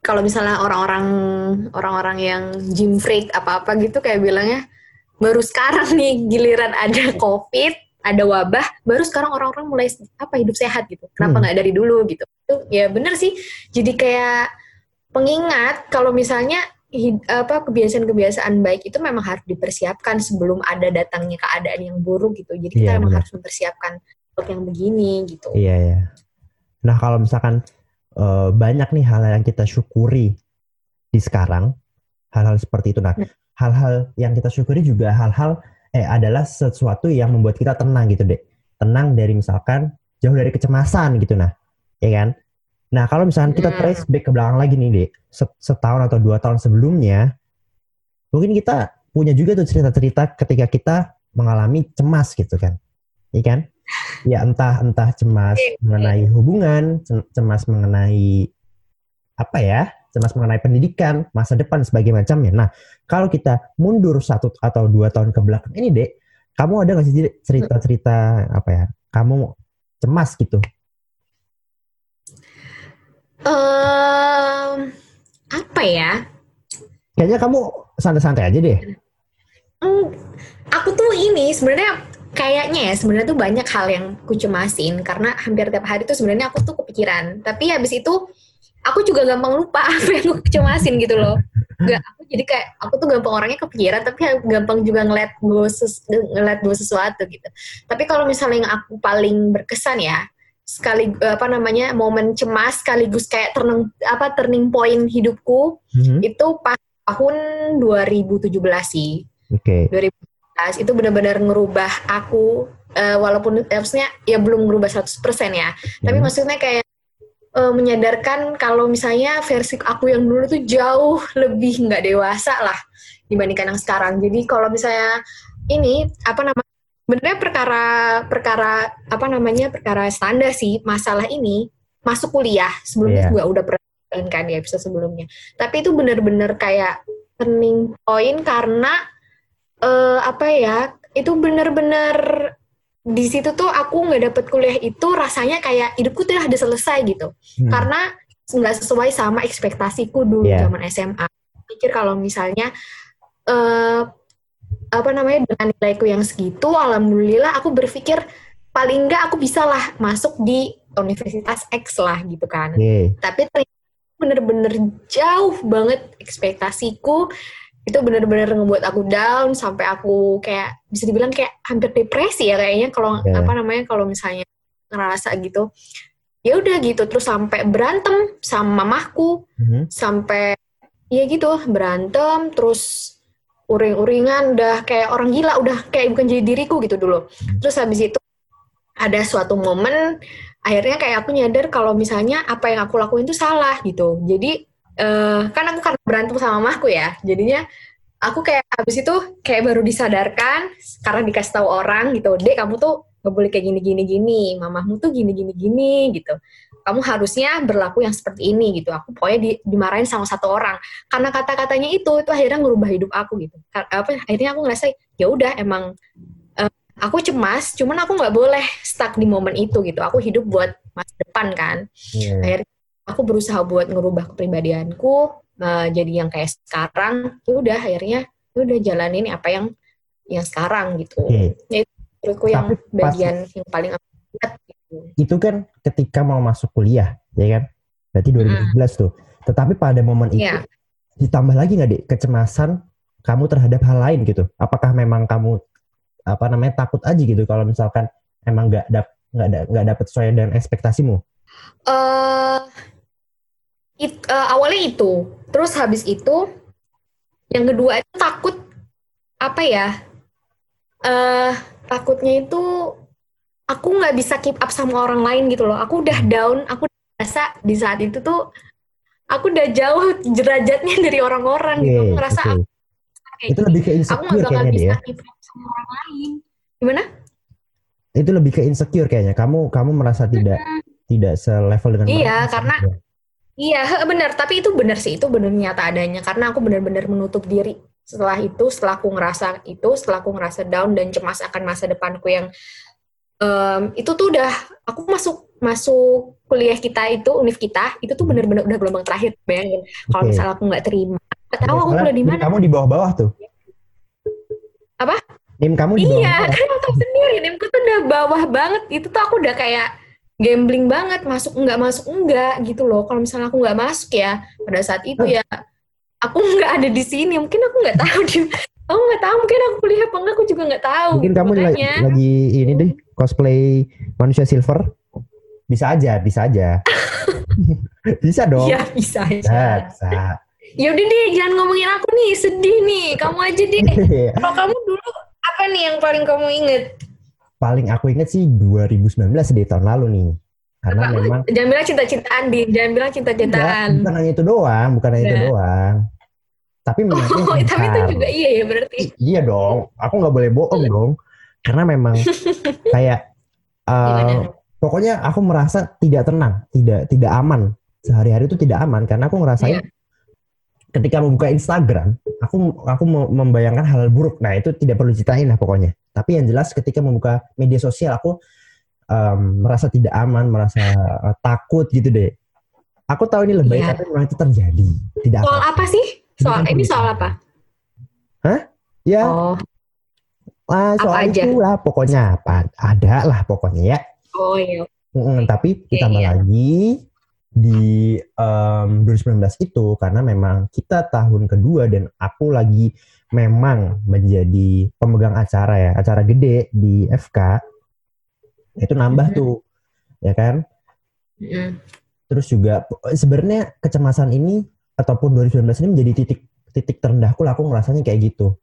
kalau misalnya orang-orang orang-orang yang gym freak apa-apa gitu kayak bilangnya baru sekarang nih giliran ada COVID, ada wabah, baru sekarang orang-orang mulai apa hidup sehat gitu. Kenapa nggak hmm. dari dulu gitu? Itu ya benar sih. Jadi kayak pengingat kalau misalnya apa kebiasaan-kebiasaan baik itu memang harus dipersiapkan sebelum ada datangnya keadaan yang buruk gitu. Jadi kita yeah, memang benar. harus mempersiapkan untuk yang begini gitu. Iya yeah, ya. Yeah. Nah kalau misalkan uh, banyak nih hal yang kita syukuri di sekarang, hal-hal seperti itu. Nah, hmm. hal-hal yang kita syukuri juga hal-hal eh adalah sesuatu yang membuat kita tenang gitu deh. Tenang dari misalkan jauh dari kecemasan gitu nah, ya kan? Nah kalau misalkan kita trace back ke belakang lagi nih deh, setahun atau dua tahun sebelumnya, mungkin kita punya juga tuh cerita-cerita ketika kita mengalami cemas gitu kan, ya kan? Ya entah entah cemas mengenai hubungan, cemas mengenai apa ya, cemas mengenai pendidikan, masa depan sebagai macamnya. Nah kalau kita mundur satu atau dua tahun ke belakang ini deh, kamu ada nggak sih cerita-cerita apa ya? Kamu cemas gitu? Um, apa ya? Kayaknya kamu santai-santai aja deh. Hmm, aku tuh ini sebenarnya kayaknya ya sebenarnya tuh banyak hal yang ku cemasin karena hampir tiap hari tuh sebenarnya aku tuh kepikiran. Tapi habis itu aku juga gampang lupa apa yang aku cemasin gitu loh. Gak, aku jadi kayak aku tuh gampang orangnya kepikiran tapi gampang juga ngeliat gue ses, ngeliat gue sesuatu gitu. Tapi kalau misalnya yang aku paling berkesan ya sekali apa namanya momen cemas sekaligus kayak turning apa turning point hidupku mm-hmm. itu pas tahun dua ribu tujuh belas sih. Oke. Okay. dua ribu tujuh belas itu benar-benar ngerubah aku uh, walaupun maksudnya ya belum ngerubah seratus persen ya. Mm-hmm. Tapi maksudnya kayak uh, menyadarkan kalau misalnya versi aku yang dulu tuh jauh lebih nggak dewasa lah dibandingkan yang sekarang. Jadi kalau misalnya ini apa namanya sebenarnya perkara perkara apa namanya perkara standar sih masalah ini masuk kuliah sebelumnya yeah. juga udah pernah kan di episode sebelumnya. Tapi itu benar-benar kayak turning point karena uh, apa ya itu benar-benar di situ tuh aku nggak dapet kuliah itu rasanya kayak hidupku tuh udah selesai gitu hmm. karena nggak sesuai sama ekspektasiku dulu yeah. zaman S M A. Pikir kalau misalnya uh, apa namanya dengan nilaiku yang segitu, alhamdulillah aku berpikir paling enggak aku bisa lah masuk di Universitas X lah gitu kan. Yeah. Tapi ternyata bener-bener jauh banget ekspektasiku, itu bener-bener ngebuat aku down sampai aku kayak bisa dibilang kayak hampir depresi ya kayaknya kalau yeah. apa namanya kalau misalnya ngerasa gitu. Ya udah gitu terus sampai berantem sama mamahku, mm-hmm. sampai ya gitu berantem terus uring-uringan udah kayak orang gila udah kayak bukan jadi diriku gitu dulu. Terus habis itu ada suatu momen akhirnya kayak aku nyadar kalau misalnya apa yang aku lakuin itu salah gitu. Jadi uh, kan aku karena berantem sama mamahku ya jadinya aku kayak habis itu kayak baru disadarkan karena dikasih tahu orang gitu, Dek kamu tuh gak boleh kayak gini-gini gini, mamahmu tuh gini-gini gini gitu. Kamu harusnya berlaku yang seperti ini gitu. Aku pokoknya di, dimarahin sama satu orang karena kata-katanya itu itu akhirnya ngerubah hidup aku gitu. Apa akhirnya aku ngerasa ya udah emang uh, aku cemas, cuman aku nggak boleh stuck di momen itu gitu. Aku hidup buat masa depan kan. Yeah. Akhirnya aku berusaha buat ngerubah kepribadianku uh, jadi yang kayak sekarang. Ya udah akhirnya ya udah jalanin apa yang yang sekarang gitu. Okay. Ya, itu yang bagian pas... yang paling aku lihat. Itu kan ketika mau masuk kuliah, ya kan? Berarti dua ribu tujuh belas mm. tuh. Tetapi pada momen itu, yeah. ditambah lagi nggak, Dek, kecemasan kamu terhadap hal lain gitu? Apakah memang kamu, apa namanya, takut aja gitu kalau misalkan emang nggak dap, nggak da, nggak dapet sesuai dengan ekspektasimu? Uh, it, uh, awalnya itu. Terus habis itu, yang kedua itu takut, apa ya, uh, takutnya itu, aku nggak bisa keep up sama orang lain gitu loh. Aku udah down, aku rasa di saat itu tuh aku udah jauh derajatnya dari orang-orang yeah, gitu. Aku ngerasa okay. aku, kayak itu lebih ke insecure aku nggak bakal bisa ya? keep up sama orang lain. Gimana? Itu lebih ke insecure kayaknya. Kamu kamu merasa tidak hmm. tidak selevel dengan mereka. Iya, karena ya? Iya benar. Tapi itu benar sih, itu benar nyata adanya. Karena aku benar-benar menutup diri. Setelah itu, setelah aku ngerasa itu, setelah aku ngerasa down dan cemas akan masa depanku yang Um, itu tuh udah aku masuk masuk kuliah kita itu, univ kita, itu tuh bener-bener udah gelombang terakhir. Bayangin, kalau Oke. misalnya aku nggak terima, nggak tahu Oke, aku soalnya kuliah di NIM mana. kamu di bawah-bawah tuh. Apa? NIM kamu di Iya, bawah-bawah. kan aku tahu sendiri, NIMku tuh udah bawah banget. Itu tuh aku udah kayak gambling banget, masuk enggak, masuk enggak gitu loh. Kalau misalnya aku nggak masuk ya, pada saat itu ya, aku nggak ada di sini. Mungkin aku nggak tahu di, aku nggak tahu. Mungkin aku kuliah apa enggak, aku juga nggak tahu. Mungkin kamu lagi, Makanya, lagi ini deh cosplay manusia silver. Bisa aja, bisa aja. Bisa dong. ya bisa Bisa, aja. bisa. Ya udah deh, jangan ngomongin aku nih, sedih nih. Kamu aja deh. Kalau kamu dulu apa nih yang paling kamu inget? Paling aku inget sih dua ribu sembilan belas di tahun lalu nih. Karena Apa? memang Jangan bilang cinta-cintaan, Din. Jangan bilang enggak, cinta-cintaan. bukan hanya itu doang, bukan hanya itu Nah. doang. Tapi memang yang Oh, tapi itu besar. juga iya ya berarti. I- iya dong, aku nggak boleh bohong dong. Karena memang kayak uh, Gimana? pokoknya aku merasa tidak tenang, tidak tidak aman. Sehari-hari itu tidak aman karena aku ngerasain Iya. ketika membuka Instagram, aku aku mau membayangkan hal buruk. Nah, itu tidak perlu ceritain lah pokoknya. Tapi yang jelas ketika membuka media sosial aku um, merasa tidak aman, merasa uh, takut gitu deh. Aku tahu ini lebay Iya. tapi memang itu terjadi. Tidak Soal apa-apa. apa sih? Soal Bukan ini perlu soal ceritain. apa? Ya, Oh, ah, apa soal aja? itu lah pokoknya apa ada lah pokoknya ya. Oh iya. Mm, tapi Iya, ditambah iya. lagi di em, dua ribu sembilan belas itu karena memang kita tahun kedua dan aku lagi memang menjadi pemegang acara ya, acara gede di F K. Itu nambah Mhm. tuh, ya kan? Mm-mm. Terus juga sebenarnya kecemasan ini ataupun dua ribu sembilan belas ini menjadi titik titik terendahku lah, aku ngerasanya kayak gitu.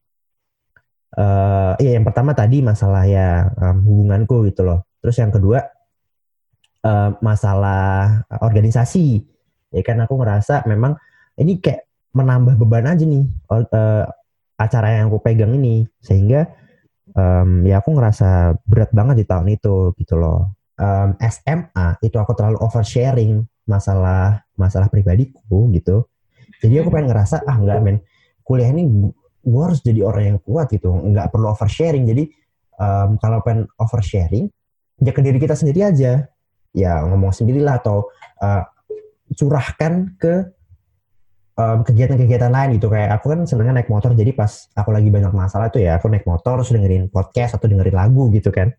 Eh iya, yang pertama tadi masalah ya em, hubunganku gitu loh. Terus yang kedua eh, masalah organisasi. Ya kan aku ngerasa memang ini kayak menambah beban aja nih or- eh, acara yang aku pegang ini sehingga em, ya aku ngerasa berat banget di tahun itu gitu loh. Em, S M A itu aku terlalu oversharing masalah masalah pribadiku gitu. Jadi aku pengen ngerasa ah enggak men, kuliah ini gue harus jadi orang yang kuat gitu, nggak perlu oversharing. Jadi em, kalau pengen oversharing ya ke diri kita sendiri aja, ya ngomong sendirilah atau eh, curahkan ke em, kegiatan-kegiatan lain gitu. Kayak aku kan senengnya naik motor, jadi pas aku lagi banyak masalah tuh ya aku naik motor terus dengerin podcast atau dengerin lagu gitu kan.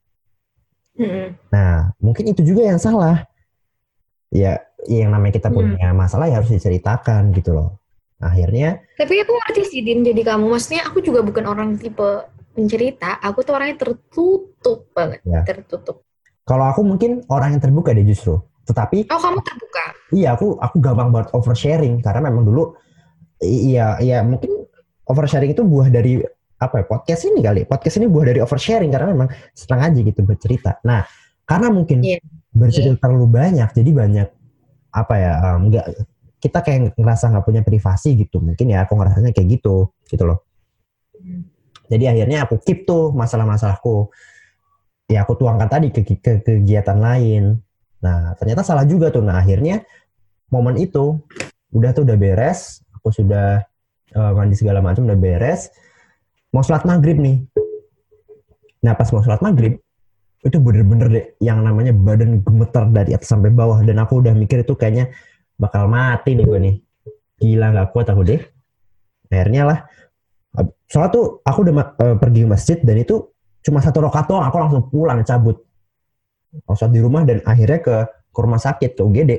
Mm-mm. Nah mungkin itu juga yang salah ya, yang namanya kita Hmm. punya masalah ya harus diceritakan gitu loh. Akhirnya Tapi aku ngerti sih, Din, jadi kamu. Maksudnya aku juga bukan orang tipe pencerita. Aku tuh orangnya tertutup banget. Ya. Tertutup. kalau aku mungkin orang yang terbuka deh justru, tetapi Oh, kamu terbuka? iya aku aku gampang banget oversharing karena memang dulu i- iya iya mungkin oversharing itu buah dari apa ya, podcast ini kali. Podcast ini buah dari oversharing karena memang senang aja gitu bercerita. Nah, karena mungkin Iya. bercerita terlalu banyak jadi banyak apa ya em, nggak kita kayak ngerasa nggak punya privasi gitu. Mungkin ya aku ngerasanya kayak gitu gitu loh. Hmm. Jadi akhirnya aku keep tuh masalah-masalahku. Ya aku tuangkan tadi ke, ke kegiatan lain. Nah, ternyata salah juga tuh. Nah, akhirnya momen itu udah tuh udah beres, aku sudah eh, mandi segala macam udah beres. Mau sholat maghrib nih. Nah, pas mau sholat maghrib itu bener-bener deh yang namanya badan gemeter dari atas sampai bawah dan aku udah mikir itu kayaknya bakal mati nih gue nih. Gila nggak kuat aku deh. Akhirnya lah soalnya tuh aku udah uh, pergi ke masjid dan itu cuma satu rakaat doang, aku langsung pulang cabut. Sholat di rumah dan akhirnya ke, ke rumah sakit ke U G D.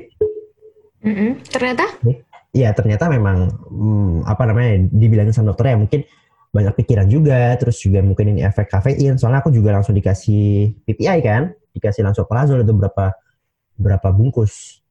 Mm-mm. Ternyata? Iya ternyata memang hmm, apa namanya dibilangin sama dokter ya mungkin banyak pikiran juga, terus juga mungkin ini efek kafein. Soalnya aku juga langsung dikasih P P I kan, dikasih langsung lansoprazol itu berapa berapa bungkus.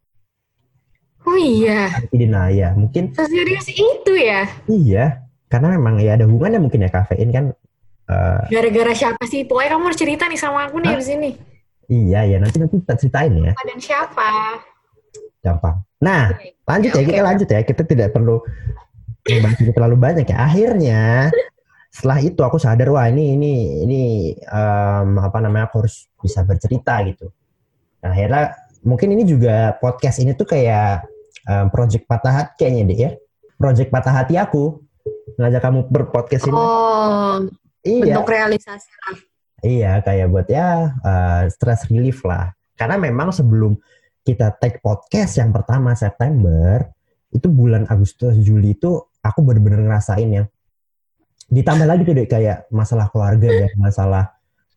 Oh iya. Antidina ya mungkin. Serius itu ya? Iya, karena memang ya ada hubungannya mungkin ya kafein kan. Uh, Gara-gara siapa sih? Pokoknya kamu harus cerita nih sama aku nih di sini. Iya ya nanti nanti kita ceritain ya. Dan siapa? Gampang. Nah lanjut ya, Oke. kita lanjut ya, kita tidak perlu membahas itu terlalu banyak ya. Akhirnya setelah itu aku sadar wah ini ini ini um, apa namanya aku harus bisa bercerita gitu. Nah, akhirnya mungkin ini juga podcast ini tuh kayak um, project patah hati kayaknya deh ya. Project patah hati aku ngajak kamu berpodcast ini. Oh, iya. bentuk realisasi lah. Iya kayak buat ya uh, stress relief lah. Karena memang sebelum kita take podcast yang pertama September, itu bulan Agustus Juli itu aku bener-bener ngerasain yang ditambah lagi tuh deh kayak masalah keluarga dan masalah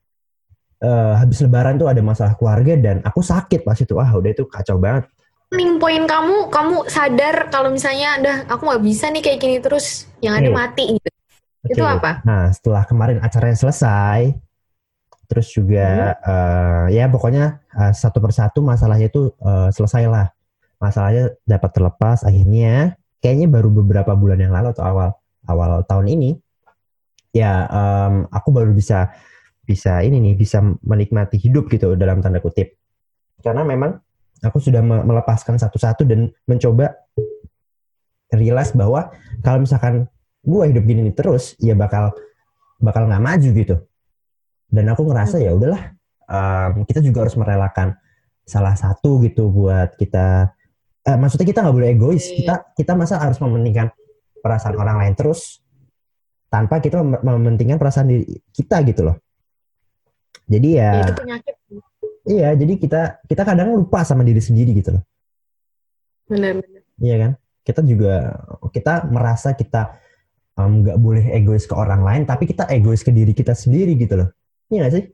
uh, habis lebaran tuh ada masalah keluarga dan aku sakit pas itu. Ah udah itu kacau banget. Turning point kamu, kamu sadar kalau misalnya udah aku nggak bisa nih kayak gini terus, yang ada Oke. mati gitu. Oke. Itu apa? Nah setelah kemarin acaranya selesai, terus juga uh, ya pokoknya uh, satu persatu masalahnya itu uh, selesai lah. Masalahnya dapat terlepas akhirnya. Kayaknya baru beberapa bulan yang lalu atau awal awal tahun ini, ya um, aku baru bisa bisa ini nih bisa menikmati hidup gitu dalam tanda kutip. Karena memang aku sudah me- melepaskan satu-satu dan mencoba realize bahwa kalau misalkan gue hidup gini terus, ya bakal bakal nggak maju gitu. Dan aku ngerasa ya udahlah, um, kita juga harus merelakan salah satu gitu buat kita. Eh, maksudnya kita nggak boleh egois. Kita kita masa harus mementingkan perasaan orang lain terus tanpa kita mem- mementingkan perasaan diri kita gitu loh. Jadi ya. Ya, itu penyakit. Iya, jadi kita kita kadang lupa sama diri sendiri gitu loh. Benar-benar. Iya kan? Kita juga kita merasa kita nggak um, boleh egois ke orang lain, tapi kita egois ke diri kita sendiri gitu loh. Iya nggak sih?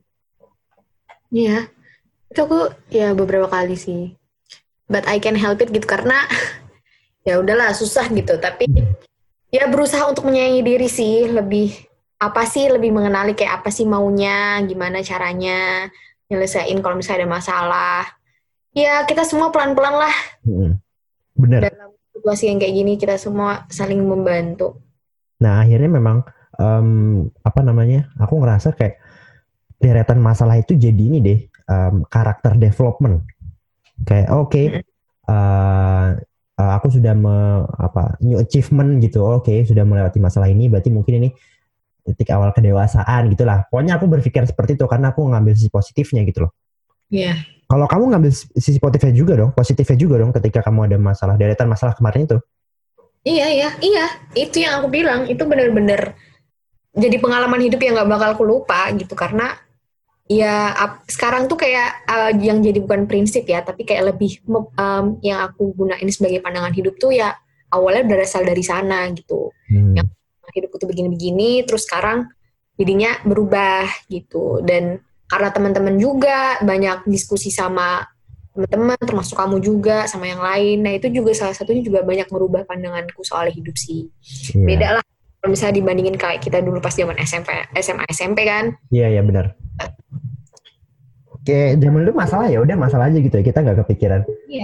Iya. Itu aku ya beberapa kali sih. But I can help it gitu karena ya udahlah susah gitu. Tapi ya berusaha untuk menyayangi diri sih. Lebih apa sih lebih mengenali kayak apa sih maunya, gimana caranya nyelesain kalau misalnya ada masalah. Ya kita semua pelan-pelan lah. Hmm. Bener. Dalam situasi yang kayak gini kita semua saling membantu. Nah akhirnya memang um, apa namanya? Aku ngerasa kayak deretan masalah itu jadi ini deh um, karakter development. Kayak oke, okay, uh, uh, aku sudah me, apa new achievement gitu. Oke, okay, sudah melewati masalah ini. Berarti mungkin ini titik awal kedewasaan gitulah. Pokoknya aku berpikir seperti itu karena aku ngambil sisi positifnya gitu loh. Iya. Yeah. Kalau kamu ngambil sisi positifnya juga dong, positifnya juga dong ketika kamu ada masalah deretan masalah kemarin itu. Iya iya iya, itu yang aku bilang itu benar-benar jadi pengalaman hidup yang nggak bakal aku lupa gitu karena ya ap, sekarang tuh kayak uh, yang jadi bukan prinsip ya, tapi kayak lebih um, yang aku gunain sebagai pandangan hidup tuh ya awalnya berasal dari sana gitu. Hmm. Yang hidupku tuh begini-begini, terus sekarang jadinya berubah gitu. Dan karena teman-teman juga banyak diskusi sama teman-teman, termasuk kamu juga sama yang lain. Nah itu juga salah satunya juga banyak merubah pandanganku soal hidup sih. Yeah. Beda lah kalau misalnya dibandingin kayak kita dulu pas zaman S M P, S M A, S M P kan. Iya, yeah, iya yeah, benar. Kayak zaman dulu masalah ya udah masalah aja gitu ya, kita nggak kepikiran. Iya.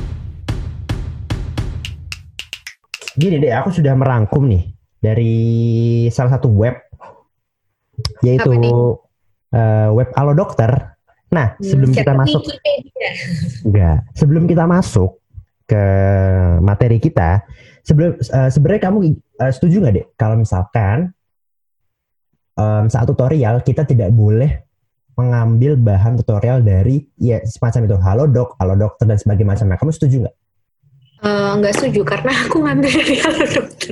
Gini deh, aku sudah merangkum nih dari salah satu web, yaitu uh, web Halo Dokter. Nah, hmm, sebelum kita masuk, enggak, sebelum kita masuk ke materi kita, sebelum uh, sebenarnya kamu uh, setuju nggak deh kalau misalkan um, saat tutorial kita tidak boleh mengambil bahan tutorial dari ya semacam itu Halodoc, Halo Dokter dan sebagainya macamnya. Kamu setuju nggak? Uh, nggak setuju karena aku ngambil dari Halo Dokter.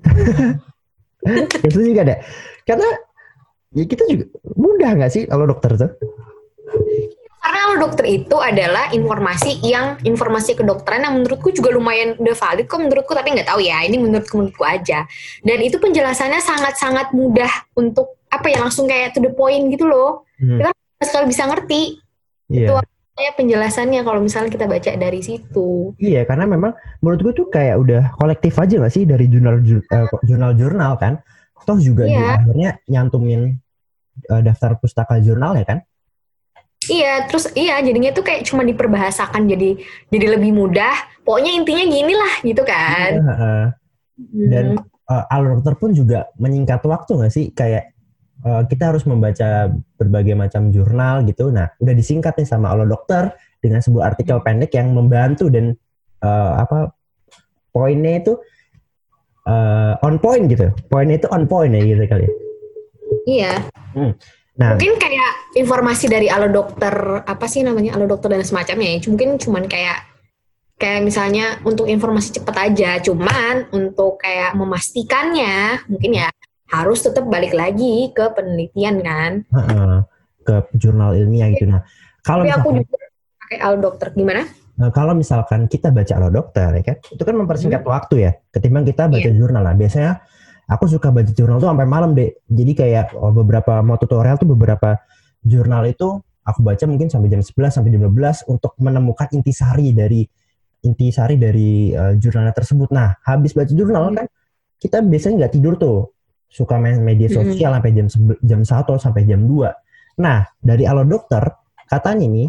Gak setuju nggak deh? Karena ya kita juga mudah nggak sih Halo Dokter tuh? Karena Halo Dokter itu adalah informasi yang informasi kedokteran yang menurutku juga lumayan udah valid kok menurutku, tapi nggak tahu ya, ini menurutku menurutku aja. Dan itu penjelasannya sangat-sangat mudah untuk apa ya langsung kayak to the point gitu loh. Hmm. Kita sekali bisa ngerti. Yeah. Itu kayak penjelasannya kalau misalnya kita baca dari situ. Iya, karena memang menurut gue tuh kayak udah kolektif aja nggak sih dari jurnal uh, jurnal-jurnal kan. Toh juga yeah. Di akhirnya nyantumin uh, daftar pustaka jurnal ya kan. Iya, terus iya jadinya tuh kayak cuma diperbahasakan jadi jadi lebih mudah. Pokoknya intinya gini lah gitu kan. Iya, uh, hmm. Dan uh, Halo Dokter pun juga menyingkat waktu nggak sih kayak uh, kita harus membaca berbagai macam jurnal gitu. Nah, udah disingkat nih sama Halo Dokter dengan sebuah artikel pendek yang membantu dan uh, apa poinnya itu uh, on point gitu. Poinnya itu on point ya gitu kali. Iya. Hmm. Nah, mungkin kayak informasi dari Halo Dokter apa sih namanya Halo Dokter dan semacamnya ya. Mungkin cuman kayak kayak misalnya untuk informasi cepat aja. Cuman untuk kayak memastikannya mungkin ya harus tetap balik lagi ke penelitian kan. Uh-uh, ke jurnal ilmiah gitu. Nah, kalau tapi aku juga Oke, Al dokter gimana? Nah, kalau misalkan kita baca Halo Dokter, ya kan, itu kan mempersingkat Hmm. waktu ya, ketimbang kita baca Iya. jurnal lah. Biasanya aku suka baca jurnal tuh sampai malam deh. Jadi kayak oh, beberapa mau tutorial tuh beberapa jurnal itu aku baca mungkin sampai jam sebelas sampai jam dua belas untuk menemukan intisari dari intisari dari uh, jurnalnya tersebut. Nah, habis baca jurnal Hmm. kan kita biasanya nggak tidur tuh. Suka main media Hmm. sosial sampai jam jam satu sampai jam dua. Nah, dari Halo Dokter katanya nih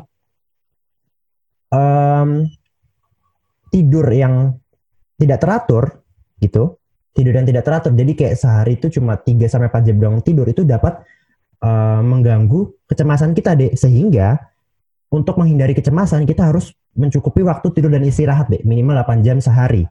um, tidur yang tidak teratur gitu, tidur yang tidak teratur, jadi kayak sehari itu cuma tiga sampai empat jam doang tidur, itu dapat uh, mengganggu kecemasan kita deh, sehingga untuk menghindari kecemasan kita harus mencukupi waktu tidur dan istirahat deh, minimal delapan jam sehari.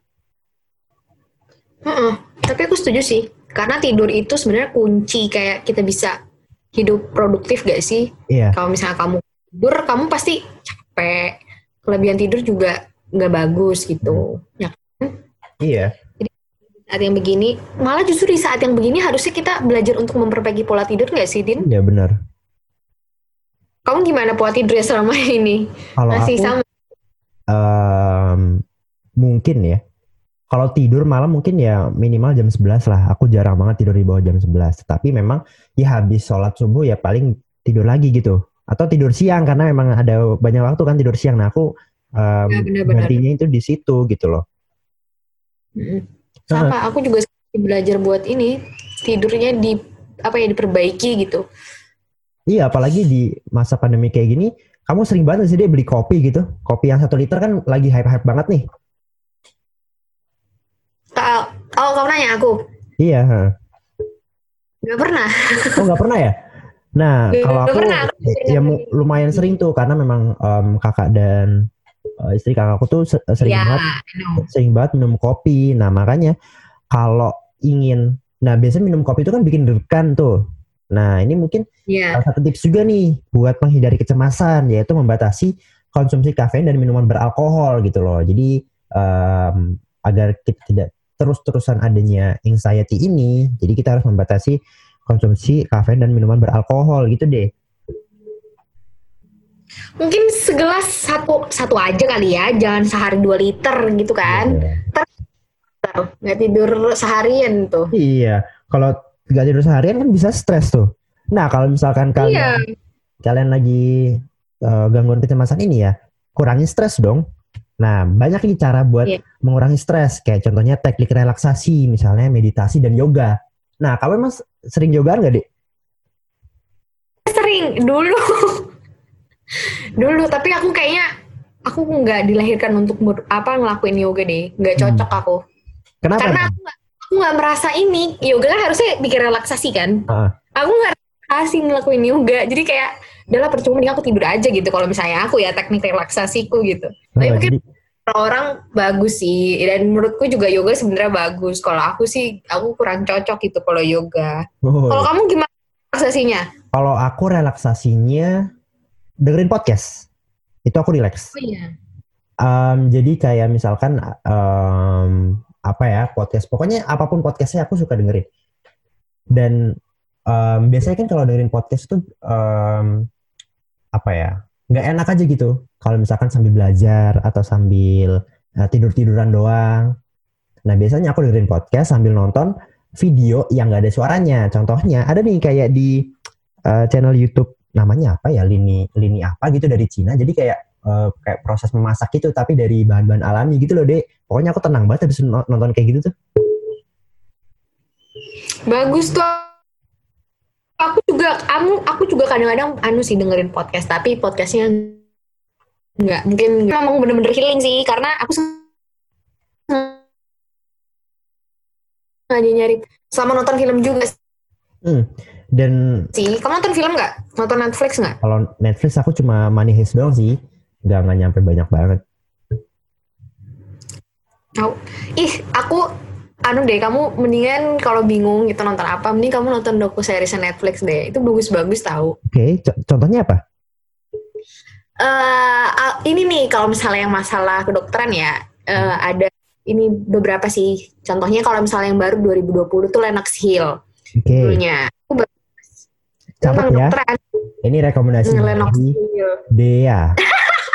Heeh. Tapi aku setuju sih, karena tidur itu sebenarnya kunci kayak kita bisa hidup produktif gak sih? Iya. Kalau misalnya kamu tidur, kamu pasti capek. Kelebihan tidur juga nggak bagus gitu. Hmm. Ya. Iya. Jadi saat yang begini, malah justru di saat yang begini harusnya kita belajar untuk memperbaiki pola tidur nggak sih, Din? Iya benar. Kamu gimana pola tidurnya selama ini? Kalau Masih aku sama? um, mungkin ya, kalau tidur malam mungkin ya minimal jam sebelas lah. Aku jarang banget tidur di bawah jam sebelas. Tapi memang ya habis sholat subuh ya paling tidur lagi gitu. Atau tidur siang karena memang ada banyak waktu kan tidur siang. Nah aku um, Ya, benar-benar. gantinya itu di situ gitu loh. Mm-mm. Sama, aku juga belajar buat ini tidurnya di apa ya diperbaiki gitu. Iya, apalagi di masa pandemi kayak gini, kamu sering banget sih dia beli kopi gitu. Kopi yang satu liter kan lagi hype-hype banget nih. Kak, oh kamu nanya aku? Iya. Ha. Gak pernah. Oh nggak pernah ya? Nah Gak, kalau gak aku pernah. Aku ya lumayan sering tuh karena memang um, kakak dan uh, istri kakakku tuh sering ya, banget sering banget minum kopi. Nah makanya kalau ingin, nah biasanya minum kopi itu kan bikin deg-degan tuh. Nah ini mungkin ya. salah satu tips juga nih buat menghindari kecemasan, yaitu membatasi konsumsi kafein dan minuman beralkohol gitu loh. Jadi um, agar kita tidak terus-terusan adanya anxiety ini, jadi kita harus membatasi konsumsi kafein dan minuman beralkohol gitu deh. Mungkin segelas satu satu aja kali ya, jangan sehari dua liter gitu kan. Yeah. Nggak tidur seharian tuh. Iya, kalau nggak tidur seharian kan bisa stres tuh. Nah kalau misalkan kalian Iya. kalian lagi uh, gangguan kecemasan ini ya, kurangi stres dong. Nah banyak nih cara buat Iya. mengurangi stres, kayak contohnya teknik relaksasi, misalnya meditasi dan yoga. Nah kamu emang sering yoga nggak deh? Sering dulu, dulu. Tapi aku kayaknya aku nggak dilahirkan untuk ber- apa ngelakuin yoga deh. Nggak cocok Hmm. aku. Kenapa? Karena aku nggak aku nggak merasa ini yoga kan harusnya bikin relaksasi kan. Uh-uh. Aku nggak relaksasi ngelakuin yoga. Jadi kayak udahlah percuma nih aku tidur aja gitu. Kalau misalnya aku ya teknik relaksasiku gitu. Tapi Oh, mungkin jadi orang bagus sih, dan menurutku juga yoga sebenarnya bagus. Kalau aku sih aku kurang cocok gitu kalau yoga. oh, Kalau iya. kamu gimana relaksasinya? Kalau aku relaksasinya dengerin podcast, itu aku relax. Oh iya. Um, jadi kayak misalkan um, apa ya podcast, pokoknya apapun podcastnya aku suka dengerin. Dan um, biasanya kan kalau dengerin podcast tuh um, apa ya, nggak enak aja gitu. Kalau misalkan sambil belajar atau sambil uh, tidur-tiduran doang. Nah biasanya aku dengerin podcast sambil nonton video yang nggak ada suaranya. Contohnya ada nih kayak di uh, channel YouTube namanya apa ya, lini lini apa gitu dari Cina. Jadi kayak uh, kayak proses memasak gitu tapi dari bahan-bahan alami gitu loh deh. Pokoknya aku tenang banget habis nonton kayak gitu tuh. Bagus tuh. Aku juga, aku, aku juga kadang-kadang anu sih dengerin podcast, tapi podcastnya nggak mungkin memang bener-bener healing sih, karena aku sengaja nyari sama nonton film juga Hmm. Dan sih. Kamu nonton film nggak? Nonton Netflix nggak? kalau Netflix aku cuma Money Heist doang sih, nggak nggak nyampe banyak banget. Oh. Ih, aku anu deh, kamu mendingan kalau bingung gitu nonton apa, mending kamu nonton doku series Netflix deh. Itu bagus-bagus tahu. Oke, okay. Co- contohnya apa? Uh, ini nih kalau misalnya yang masalah kedokteran ya, uh, ada ini beberapa sih. Contohnya kalau misalnya yang baru dua ribu dua puluh tuh Lennox Hill. Oke. Okay. Dulunya. Aku bagus. Catat ya. Kedokteran. Ini rekomendasi dari Dea.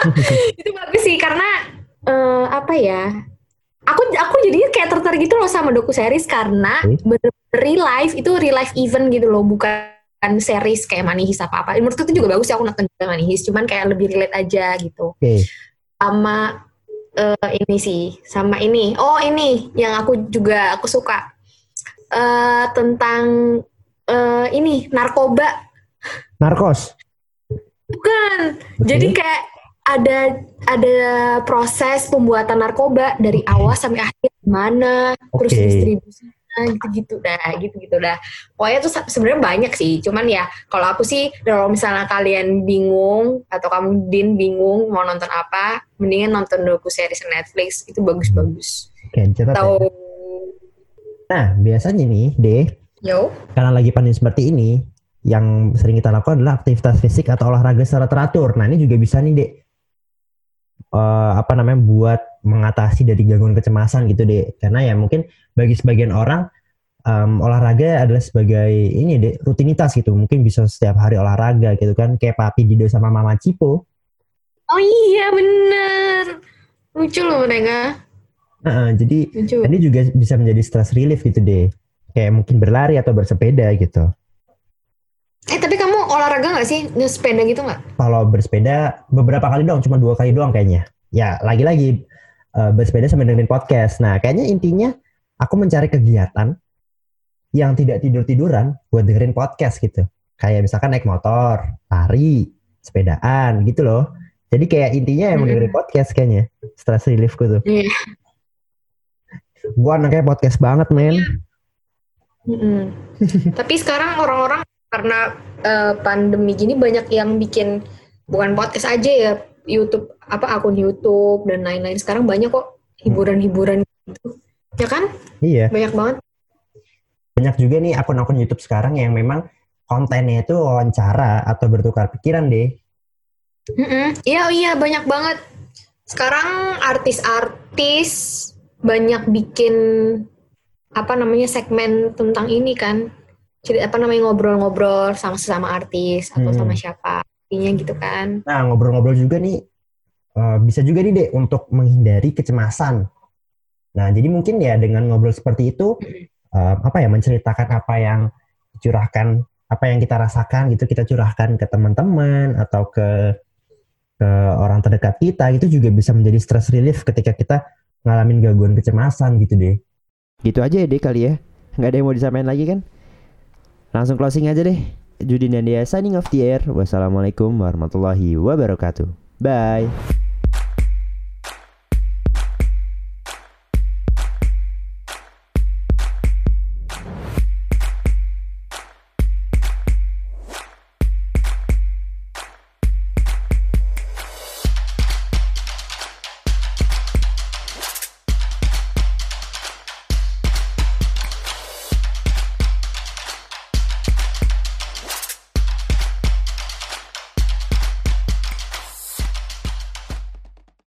Itu bagus sih karena uh, apa ya? Aku aku jadinya kayak tertarik gitu loh sama doku series karena Hmm? bener-bener real life itu real life event gitu loh, bukan series kayak Money Heist apa apa. Menurutku itu juga bagus sih, aku nonton juga Money Heist, cuman kayak lebih relate aja gitu. Oke. Sama uh, ini sih, sama ini. Oh ini yang aku juga aku suka uh, tentang uh, ini narkoba. Narkos. Bukan. Oke. Jadi kayak ada ada proses pembuatan narkoba dari awal sampai akhir gimana, terus Oke. distribusinya gitu-gitu dah, gitu-gitu dah. Pokoknya tuh se- sebenarnya banyak sih. Cuman ya kalau aku sih kalau misalnya kalian bingung atau kamu Din bingung mau nonton apa, mendingan nonton doku series Netflix, itu bagus-bagus. Oke, catat ya. Tahu. Nah, biasanya nih, deh, Yo. karena lagi pandemi seperti ini, yang sering kita lakukan adalah aktivitas fisik atau olahraga secara teratur. Nah, ini juga bisa nih, Dek, uh, apa namanya, buat mengatasi dari gangguan kecemasan gitu, Dek. Karena ya mungkin bagi sebagian orang, um, olahraga adalah sebagai ini, Dek, rutinitas gitu. Mungkin bisa setiap hari olahraga gitu kan, kayak Papi Dido sama Mama Cipo. Oh iya bener. Lucu loh mereka. Nah, jadi Lucu. ini juga bisa menjadi stress relief gitu, deh. Kayak mungkin berlari atau bersepeda gitu. Eh tapi kamu olahraga nggak sih, sepeda gitu nggak? Kalau bersepeda beberapa kali doang, cuma dua kali doang kayaknya. Ya lagi-lagi uh, bersepeda sambil dengerin podcast. Nah kayaknya intinya aku mencari kegiatan yang tidak tidur-tiduran buat dengerin podcast gitu. Kayak misalkan naik motor, lari, sepedaan gitu loh. Jadi kayak intinya emang dengerin podcast kayaknya. Stress reliefku tuh. Iya. Gua anaknya podcast banget men. Mm-mm. Tapi sekarang orang-orang karena uh, pandemi gini banyak yang bikin bukan podcast aja ya, YouTube apa akun YouTube dan lain-lain. Sekarang banyak kok hiburan-hiburan gitu. Ya kan? Iya. Banyak banget. Banyak juga nih akun-akun YouTube sekarang yang memang kontennya itu wawancara atau bertukar pikiran deh. Mm-mm. Iya iya banyak banget. Sekarang artis-artis banyak bikin apa namanya segmen tentang ini kan. Jadi apa namanya ngobrol-ngobrol sama sesama artis atau Hmm. sama siapa intinya gitu kan. Nah ngobrol-ngobrol juga nih uh, bisa juga nih deh untuk menghindari kecemasan. Nah jadi mungkin ya dengan ngobrol seperti itu uh, apa ya menceritakan apa yang curahkan apa yang kita rasakan gitu kita curahkan ke teman-teman atau ke ke orang terdekat kita itu juga bisa menjadi stress relief ketika kita ngalamin gangguan kecemasan gitu deh. Gitu aja ya deh kali ya. Nggak ada yang mau disampaikan lagi kan? Langsung closing aja deh. Judin dan Dia signing off the air. Wassalamualaikum warahmatullahi wabarakatuh. Bye.